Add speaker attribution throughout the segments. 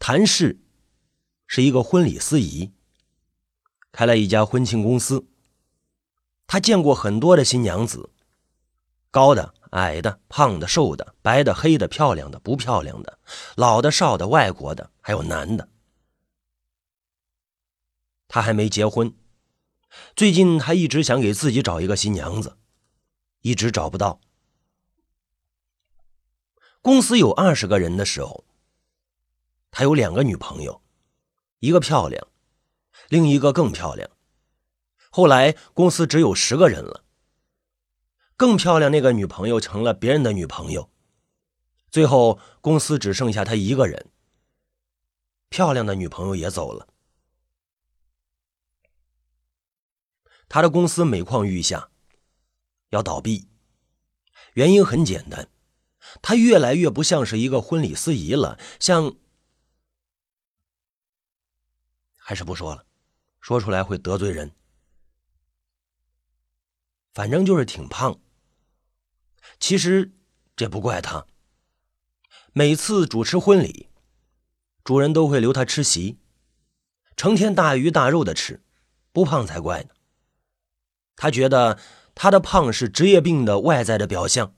Speaker 1: 谭氏是一个婚礼司仪，开了一家婚庆公司。他见过很多的新娘子，高的、矮的、胖的、瘦的、白的、黑的、漂亮的、不漂亮的，老的、少的、外国的，还有男的。他还没结婚，最近他一直想给自己找一个新娘子，一直找不到。公司有20个人的时候，他有2个女朋友，一个漂亮，另一个更漂亮。后来公司只有10个人了，更漂亮那个女朋友成了别人的女朋友，最后公司只剩下他一个人，漂亮的女朋友也走了。他的公司每况愈下，要倒闭。原因很简单，他越来越不像是一个婚礼司仪了，还是不说了，说出来会得罪人。反正就是挺胖。其实这不怪他，每次主持婚礼，主人都会留他吃席，成天大鱼大肉的吃，不胖才怪呢。他觉得他的胖是职业病的外在的表象。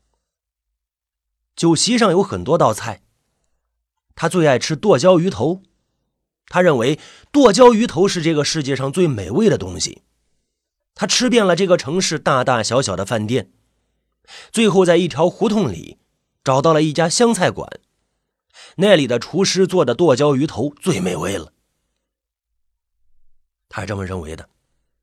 Speaker 1: 酒席上有很多道菜，他最爱吃剁椒鱼头。他认为剁椒鱼头是这个世界上最美味的东西。他吃遍了这个城市大大小小的饭店，最后在一条胡同里找到了一家湘菜馆，那里的厨师做的剁椒鱼头最美味了。他是这么认为的。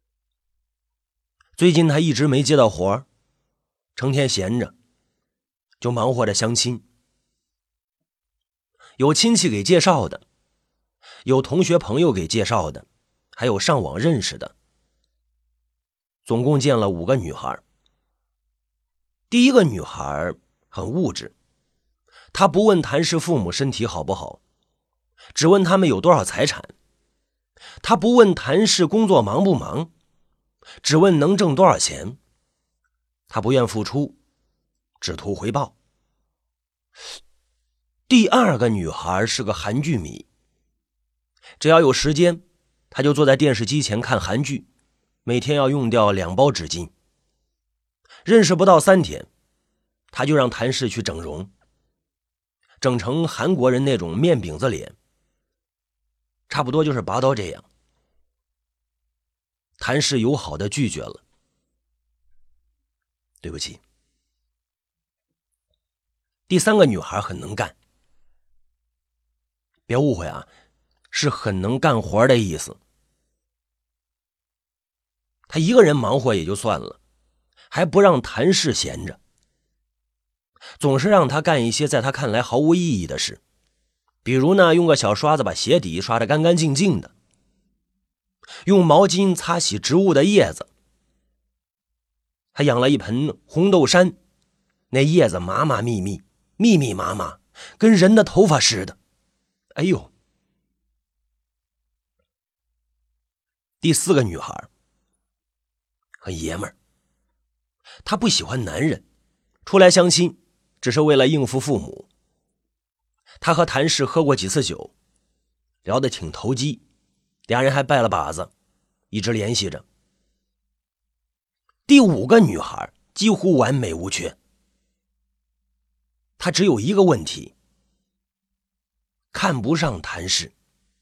Speaker 1: 最近他一直没接到活，成天闲着，就忙活着相亲。有亲戚给介绍的，有同学朋友给介绍的，还有上网认识的。总共见了5个女孩。第一个女孩很物质，她不问谭氏父母身体好不好，只问他们有多少财产。她不问谭氏工作忙不忙，只问能挣多少钱。她不愿付出，只图回报。第2个女孩是个韩剧迷，只要有时间，她就坐在电视机前看韩剧，每天要用掉2包纸巾。认识不到3天，她就让谭氏去整容，整成韩国人那种面饼子脸，差不多就是拔刀这样。谭氏友好的拒绝了。对不起。第3个女孩很能干，别误会啊，是很能干活的意思。她一个人忙活也就算了，还不让谭氏闲着，总是让她干一些在她看来毫无意义的事，比如呢，用个小刷子把鞋底刷得干干净净的，用毛巾擦洗植物的叶子。还养了一盆红豆杉，那叶子麻麻密密，密密麻麻，跟人的头发似的。哎呦！第4个女孩很爷们儿，她不喜欢男人，出来相亲只是为了应付父母。她和谭氏喝过几次酒，聊得挺投机，2人还拜了把子，一直联系着。第5个女孩几乎完美无缺，她只有一个问题，看不上谭氏。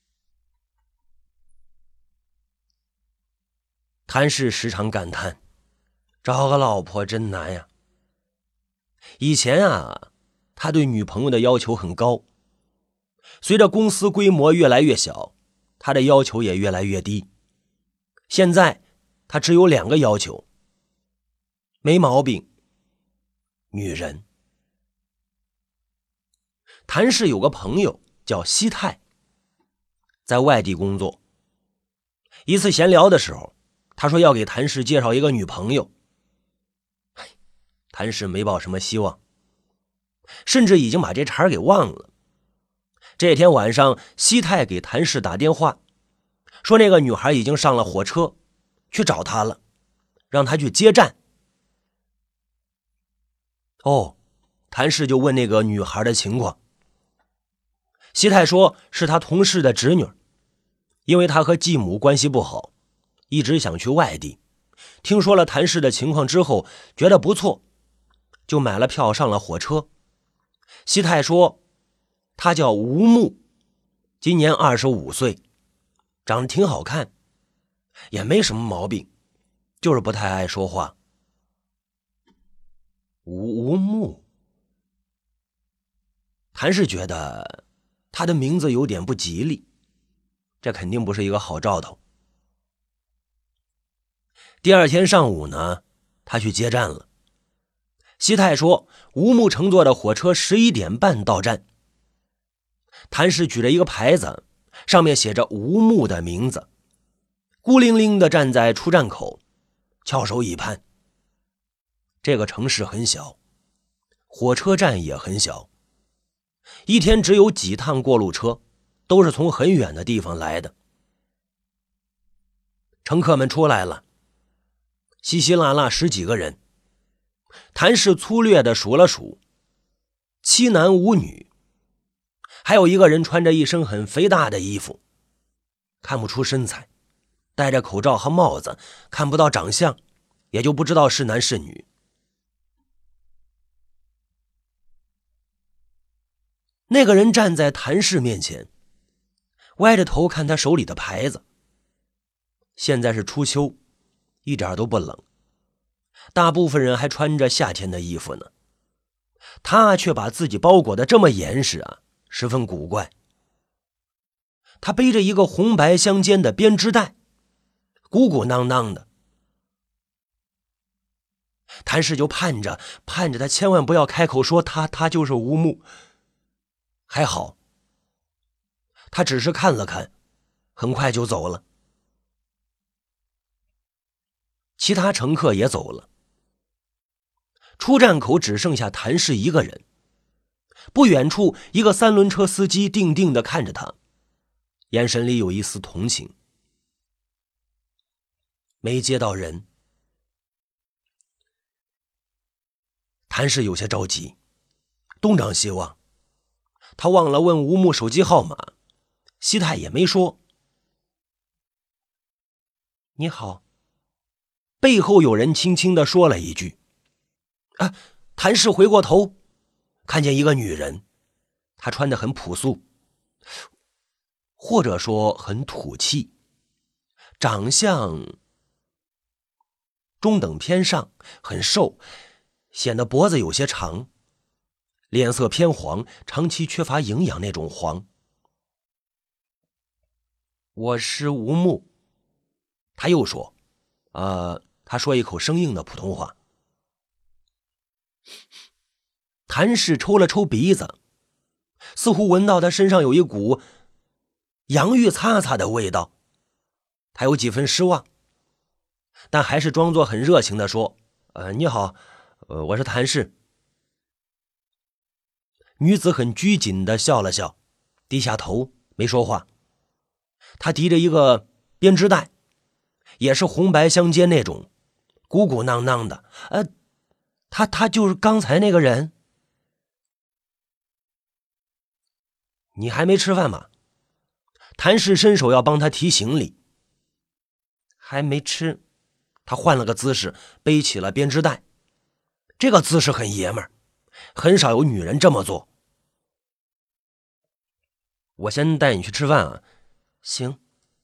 Speaker 1: 谭氏时常感叹，找个老婆真难呀。以前啊，他对女朋友的要求很高，随着公司规模越来越小，他的要求也越来越低。现在他只有2个要求，没毛病，女人。谭氏有个朋友叫西泰，在外地工作。一次闲聊的时候，他说要给谭氏介绍一个女朋友。谭氏没抱什么希望，甚至已经把这茬给忘了。这天晚上，西泰给谭氏打电话，说那个女孩已经上了火车去找他了，让他去接站。谭氏就问那个女孩的情况。 西太说是他同事的侄女，因为他和继母关系不好，一直想去外地，听说了谭氏的情况之后觉得不错，就买了票上了火车。西太说他叫吴木，今年25岁，长得挺好看，也没什么毛病，就是不太爱说话。吴木，谭氏觉得他的名字有点不吉利，这肯定不是一个好兆头。第二天上午呢，他去接站了。西太说吴木乘坐的火车11点半到站。谭氏举着一个牌子，上面写着吴木的名字，孤零零地站在出站口，翘首以盼。这个城市很小，火车站也很小，一天只有几趟过路车，都是从很远的地方来的。乘客们出来了，稀稀拉拉10几个人。谭氏粗略地数了数，7男5女，还有一个人穿着一身很肥大的衣服，看不出身材，戴着口罩和帽子，看不到长相，也就不知道是男是女。那个人站在谭氏面前，歪着头看他手里的牌子。现在是初秋，一点都不冷，大部分人还穿着夏天的衣服呢，他却把自己包裹得这么严实啊，十分古怪。他背着一个红白相间的编织袋，鼓鼓囊囊的。谭氏就盼着他千万不要开口说他就是吴木。还好，他只是看了看，很快就走了。其他乘客也走了，出站口只剩下谭氏一个人。不远处，一个3轮车司机定定地看着他，眼神里有一丝同情。没接到人，谭氏有些着急，东张西望。他忘了问吴木手机号码，西太也没说。你好，背后有人轻轻地说了一句。谭氏回过头，看见一个女人，她穿得很朴素，或者说很土气，长相中等偏上，很瘦，显得脖子有些长，脸色偏黄，长期缺乏营养那种黄。我是吴木。他又说，他说一口生硬的普通话。谭氏抽了抽鼻子，似乎闻到他身上有一股洋芋擦擦的味道，他有几分失望，但还是装作很热情地说，你好，我是谭氏。女子很拘谨地笑了笑，低下头没说话。她提着一个编织袋，也是红白相间那种，鼓鼓囊囊的。他就是刚才那个人。你还没吃饭吗？谭氏伸手要帮他提行李。还没吃。他换了个姿势，背起了编织袋。这个姿势很爷们儿，很少有女人这么做。我先带你去吃饭啊。行。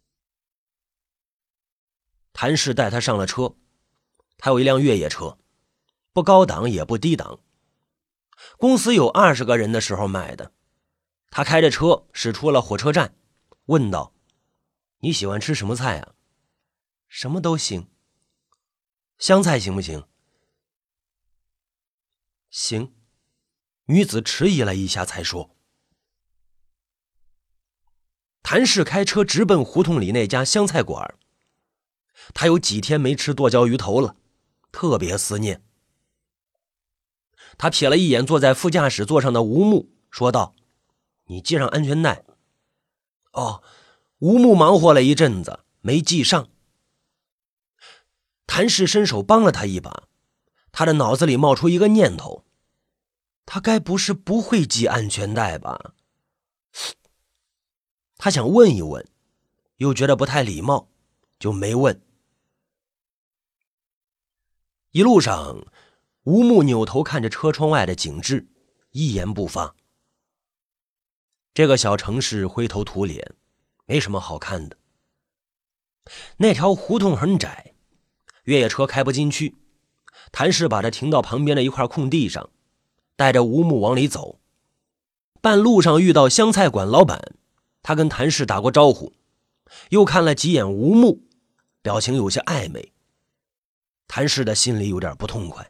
Speaker 1: 谭氏带他上了车，他有一辆越野车，不高档也不低档，公司有20个人的时候买的。他开着车驶出了火车站，问道，你喜欢吃什么菜啊？什么都行。香菜行不行？行。女子迟疑了一下才说。谭氏开车直奔胡同里那家湘菜馆，他有几天没吃剁椒鱼头了，特别思念。他瞥了一眼坐在副驾驶座上的吴木，说道，你系上安全带。吴木忙活了一阵子没系上。谭氏伸手帮了他一把，他的脑子里冒出一个念头，他该不是不会系安全带吧？ 他想问一问，又觉得不太礼貌，就没问。一路上，吴木扭头看着车窗外的景致，一言不发。这个小城市灰头土脸，没什么好看的。那条胡同很窄，越野车开不进去。谭氏把它停到旁边的一块空地上，带着吴木往里走。半路上遇到湘菜馆老板，他跟谭氏打过招呼，又看了几眼吴木，表情有些暧昧。谭氏的心里有点不痛快。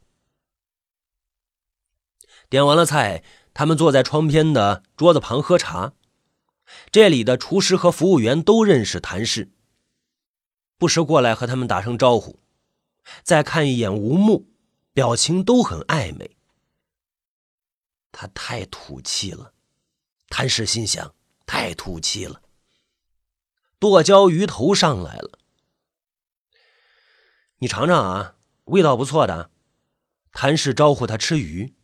Speaker 1: 点完了菜，他们坐在窗边的桌子旁喝茶。这里的厨师和服务员都认识谭氏，不时过来和他们打声招呼。再看一眼吴木，表情都很暧昧。他太土气了，谭氏心想，太土气了。剁椒鱼头上来了，你尝尝啊，味道不错的。谭氏招呼他吃鱼。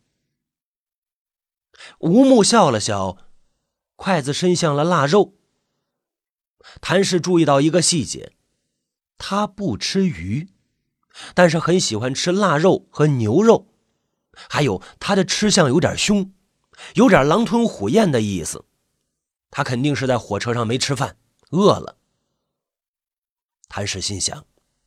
Speaker 1: 吴木笑了笑，筷子伸向了腊肉。谭氏注意到一个细节，他不吃鱼，但是很喜欢吃腊肉和牛肉，还有他的吃相有点凶，有点狼吞虎咽的意思。他肯定是在火车上没吃饭，饿了。谭氏心想。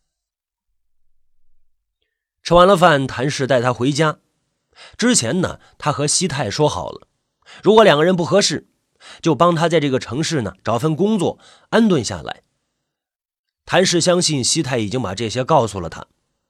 Speaker 1: 吃完了饭，谭氏带他回家。之前呢，他和西太说好了，如果两个人不合适，就帮他在这个城市呢找份工作，安顿下来。谭氏相信西太已经把这些告诉了他。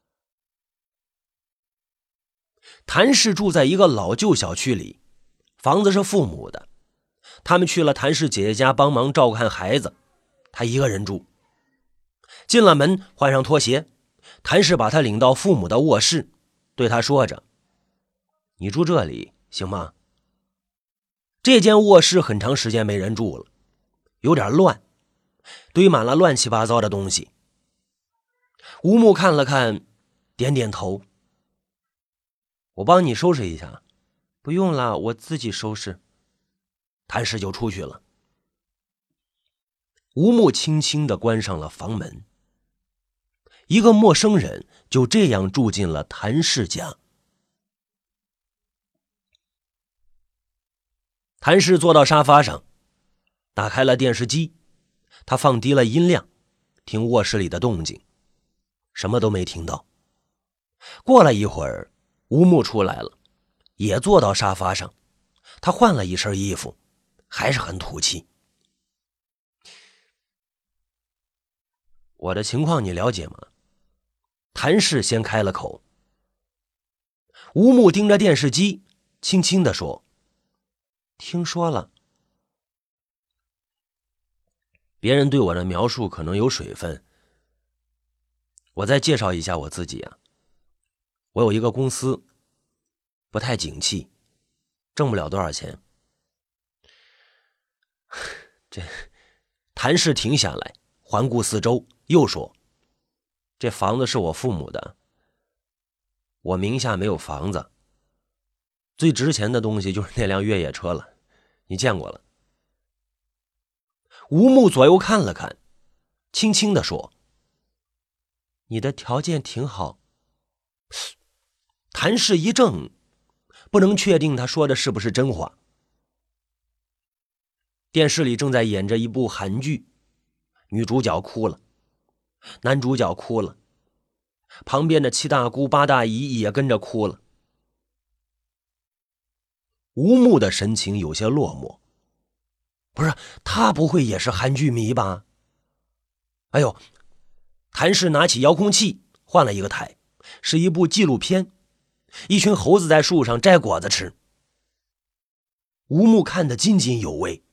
Speaker 1: 谭氏住在一个老旧小区里，房子是父母的，他们去了谭氏姐姐家帮忙照看孩子，他一个人住。进了门，换上拖鞋，谭氏把他领到父母的卧室，对他说着，你住这里行吗？这间卧室很长时间没人住了，有点乱，堆满了乱七八糟的东西。吴木看了看，点点头。我帮你收拾一下。不用了，我自己收拾。谭氏就出去了。吴木轻轻地关上了房门。一个陌生人就这样住进了谭氏家。谭氏坐到沙发上，打开了电视机，他放低了音量，听卧室里的动静，什么都没听到。过了一会儿，吴木出来了，也坐到沙发上，他换了一身衣服，还是很土气。我的情况你了解吗？谭氏先开了口。吴木盯着电视机，轻轻地说，听说了。别人对我的描述可能有水分，我再介绍一下我自己啊。我有一个公司，不太景气，挣不了多少钱。这谭氏停下来，环顾四周，又说，这房子是我父母的，我名下没有房子，最值钱的东西就是那辆越野车了，你见过了。吴木左右看了看，轻轻地说，你的条件挺好。谭氏一怔，不能确定他说的是不是真话。电视里正在演着一部韩剧，女主角哭了，男主角哭了，旁边的七大姑八大姨也跟着哭了。吴木的神情有些落寞，不是，他不会也是韩剧迷吧？哎呦，谭氏拿起遥控器换了一个台，是一部纪录片，一群猴子在树上摘果子吃。吴木看得津津有味，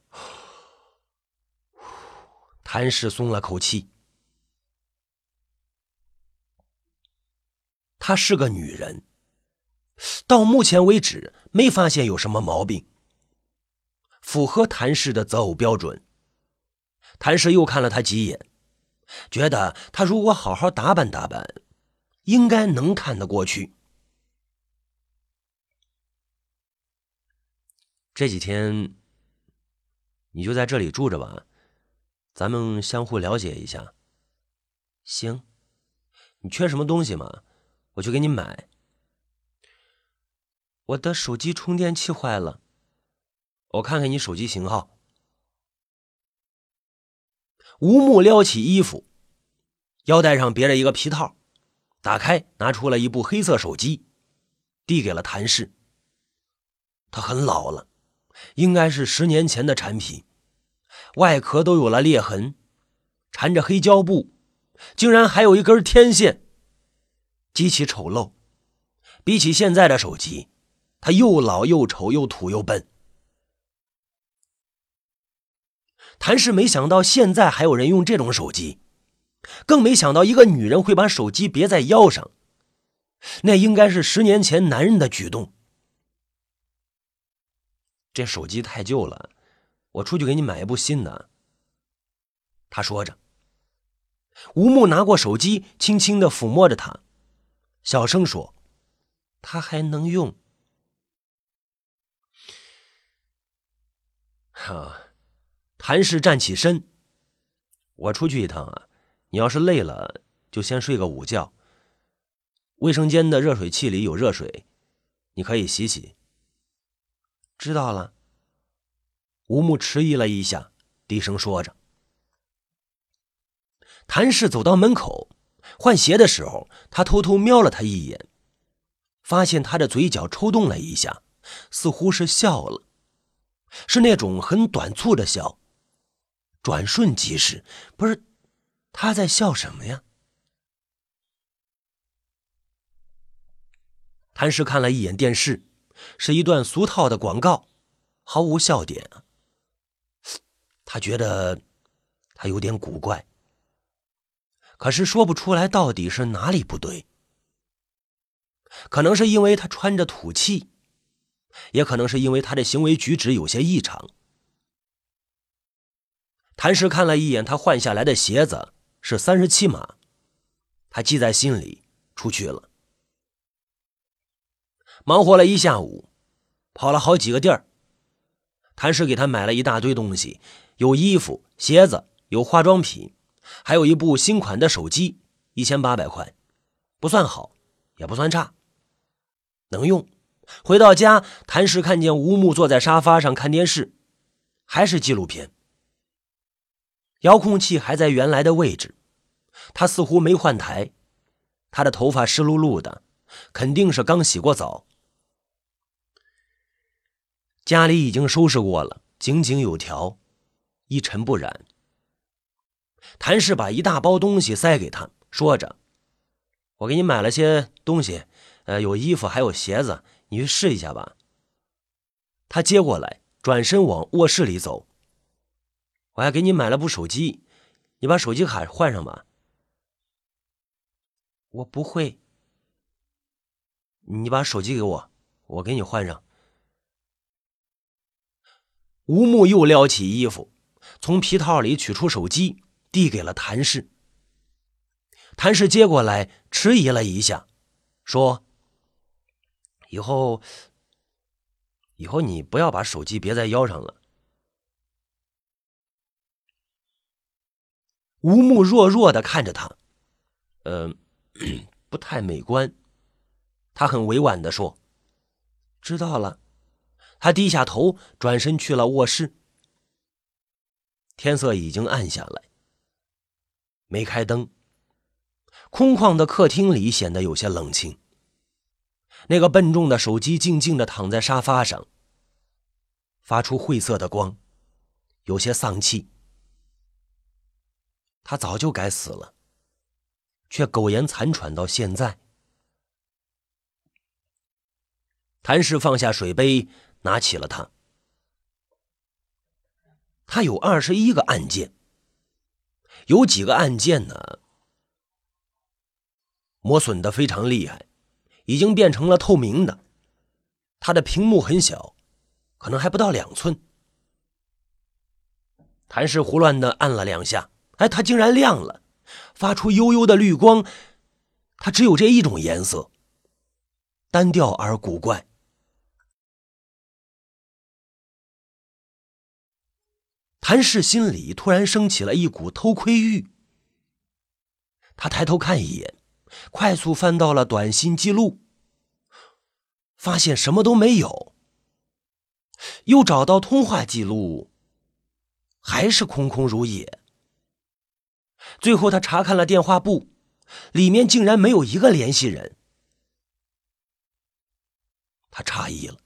Speaker 1: 谭氏松了口气。她是个女人，到目前为止没发现有什么毛病，符合谭氏的择偶标准。谭氏又看了她几眼，觉得她如果好好打扮打扮，应该能看得过去。这几天你就在这里住着吧，咱们相互了解一下。行，你缺什么东西吗？我去给你买。我的手机充电器坏了，我看看你手机型号。吴木撩起衣服，腰带上别着一个皮套，打开拿出了一部黑色手机，递给了谭氏。它很老了，应该是10年前的产品，外壳都有了裂痕，缠着黑胶布，竟然还有一根天线，极其丑陋。比起现在的手机，它又老又丑又土又笨。谭氏没想到现在还有人用这种手机，更没想到一个女人会把手机别在腰上，那应该是10年前男人的举动。这手机太旧了，我出去给你买一部新的。他说着，吴木拿过手机，轻轻地抚摸着它，小声说：“它还能用。”谭氏站起身：“我出去一趟啊，你要是累了，就先睡个午觉。卫生间的热水器里有热水，你可以洗洗。”知道了。吴木迟疑了一下，低声说着。谭氏走到门口换鞋的时候，他偷偷瞄了他一眼，发现他的嘴角抽动了一下，似乎是笑了，是那种很短促的笑，转瞬即逝。不是，他在笑什么呀？谭氏看了一眼电视，是一段俗套的广告，毫无笑点啊。他觉得他有点古怪，可是说不出来到底是哪里不对。可能是因为他穿着土气，也可能是因为他的行为举止有些异常。谭氏看了一眼他换下来的鞋子是37码，他记在心里，出去了。忙活了一下午，跑了好几个地儿。谭氏给他买了一大堆东西，有衣服、鞋子，有化妆品，还有一部新款的手机，1800块，不算好，也不算差，能用。回到家，谭氏看见吴木坐在沙发上看电视，还是纪录片。遥控器还在原来的位置，他似乎没换台，他的头发湿漉漉的，肯定是刚洗过澡。家里已经收拾过了，井井有条，一尘不染。谭氏把一大包东西塞给他，说着：“我给你买了些东西，有衣服还有鞋子，你去试一下吧。”他接过来，转身往卧室里走。“我还给你买了部手机，你把手机卡换上吧。”“我不会。”“你把手机给我，我给你换上。”吴木又撩起衣服，从皮套里取出手机，递给了谭氏。谭氏接过来，迟疑了一下，说：“以后你不要把手机别在腰上了。”吴木弱弱地看着他，不太美观。他很委婉地说：“知道了。”他低下头，转身去了卧室。天色已经暗下来，没开灯，空旷的客厅里显得有些冷清。那个笨重的手机静静地躺在沙发上，发出晦涩的光，有些丧气。他早就该死了，却苟延残喘到现在。谭氏放下水杯，拿起了它。他有21个按键，有几个按键呢磨损得非常厉害，已经变成了透明的。它的屏幕很小，可能还不到2寸。谭氏胡乱地按了2下，它竟然亮了，发出幽幽的绿光。它只有这一种颜色，单调而古怪。 谭氏心里突然升起了一股偷窥欲，他抬头看一眼，快速翻到了短信记录，发现什么都没有，又找到通话记录，还是空空如也。最后他查看了电话簿，里面竟然没有一个联系人。他诧异了，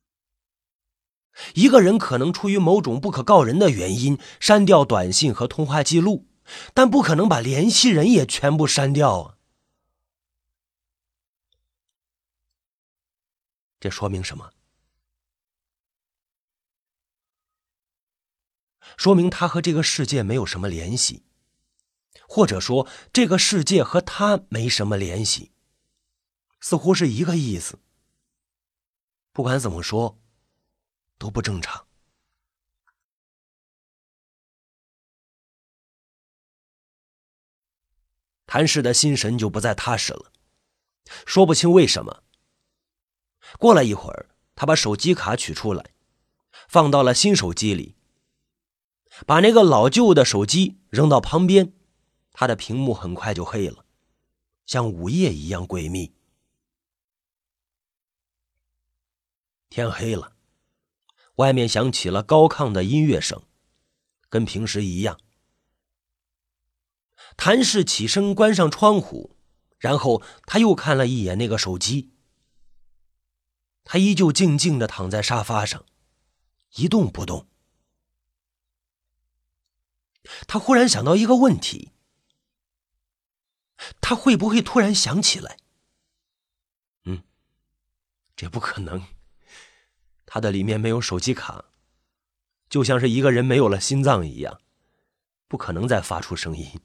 Speaker 1: 一个人可能出于某种不可告人的原因删掉短信和通话记录，但不可能把联系人也全部删掉啊。这说明什么？说明他和这个世界没有什么联系，或者说这个世界和他没什么联系，似乎是一个意思。不管怎么说都不正常。谭氏的心神就不再踏实了，说不清为什么。过了一会儿，他把手机卡取出来，放到了新手机里，把那个老旧的手机扔到旁边，他的屏幕很快就黑了，像午夜一样诡秘。天黑了，外面响起了高亢的音乐声，跟平时一样。谭氏起身关上窗户，然后他又看了一眼那个手机。他依旧静静地躺在沙发上，一动不动。他忽然想到一个问题，他会不会突然想起来？这不可能，他的里面没有手机卡，就像是一个人没有了心脏一样，不可能再发出声音。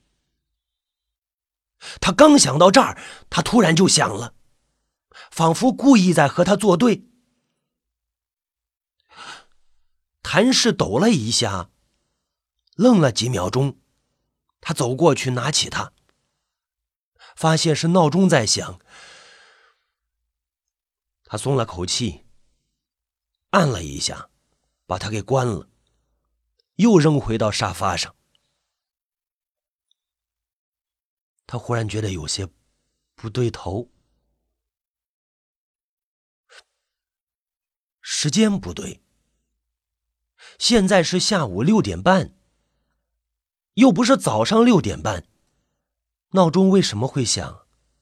Speaker 1: 他刚想到这儿，他突然就响了，仿佛故意在和他作对。谭氏抖了一下，愣了几秒钟，他走过去拿起它，发现是闹钟在响。他松了口气，按了一下，把它给关了，又扔回到沙发上。他忽然觉得有些不对头，时间不对，现在是下午6点半，又不是早上6点半，闹钟为什么会响？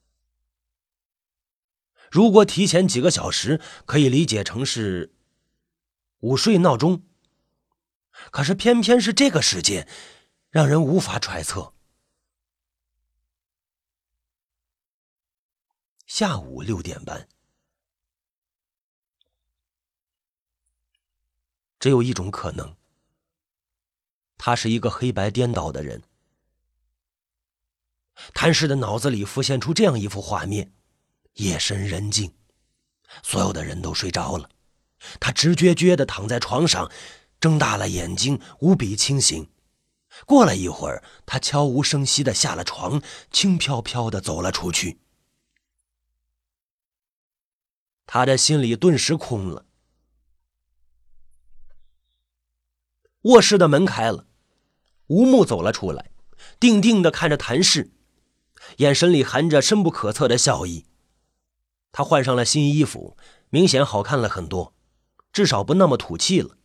Speaker 1: 如果提前几个小时，可以理解成是午睡闹钟，可是偏偏是这个时间，让人无法揣测。下午6点半，只有一种可能，他是一个黑白颠倒的人。谭氏的脑子里浮现出这样一幅画面：夜深人静，所有的人都睡着了，他直撅撅地躺在床上，睁大了眼睛，无比清醒。过了一会儿，他悄无声息地下了床，轻飘飘地走了出去。他的心里顿时空了。卧室的门开了，吴木走了出来，定定地看着谭氏，眼神里含着深不可测的笑意。他换上了新衣服，明显好看了很多，至少不那么土气了。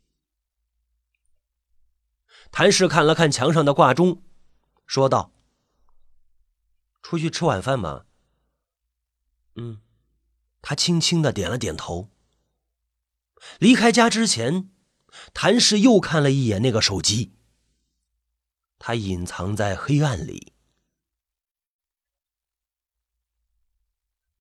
Speaker 1: 谭氏看了看墙上的挂钟，说道：“出去吃晚饭吗？”他轻轻地点了点头。离开家之前，谭氏又看了一眼那个手机，他隐藏在黑暗里，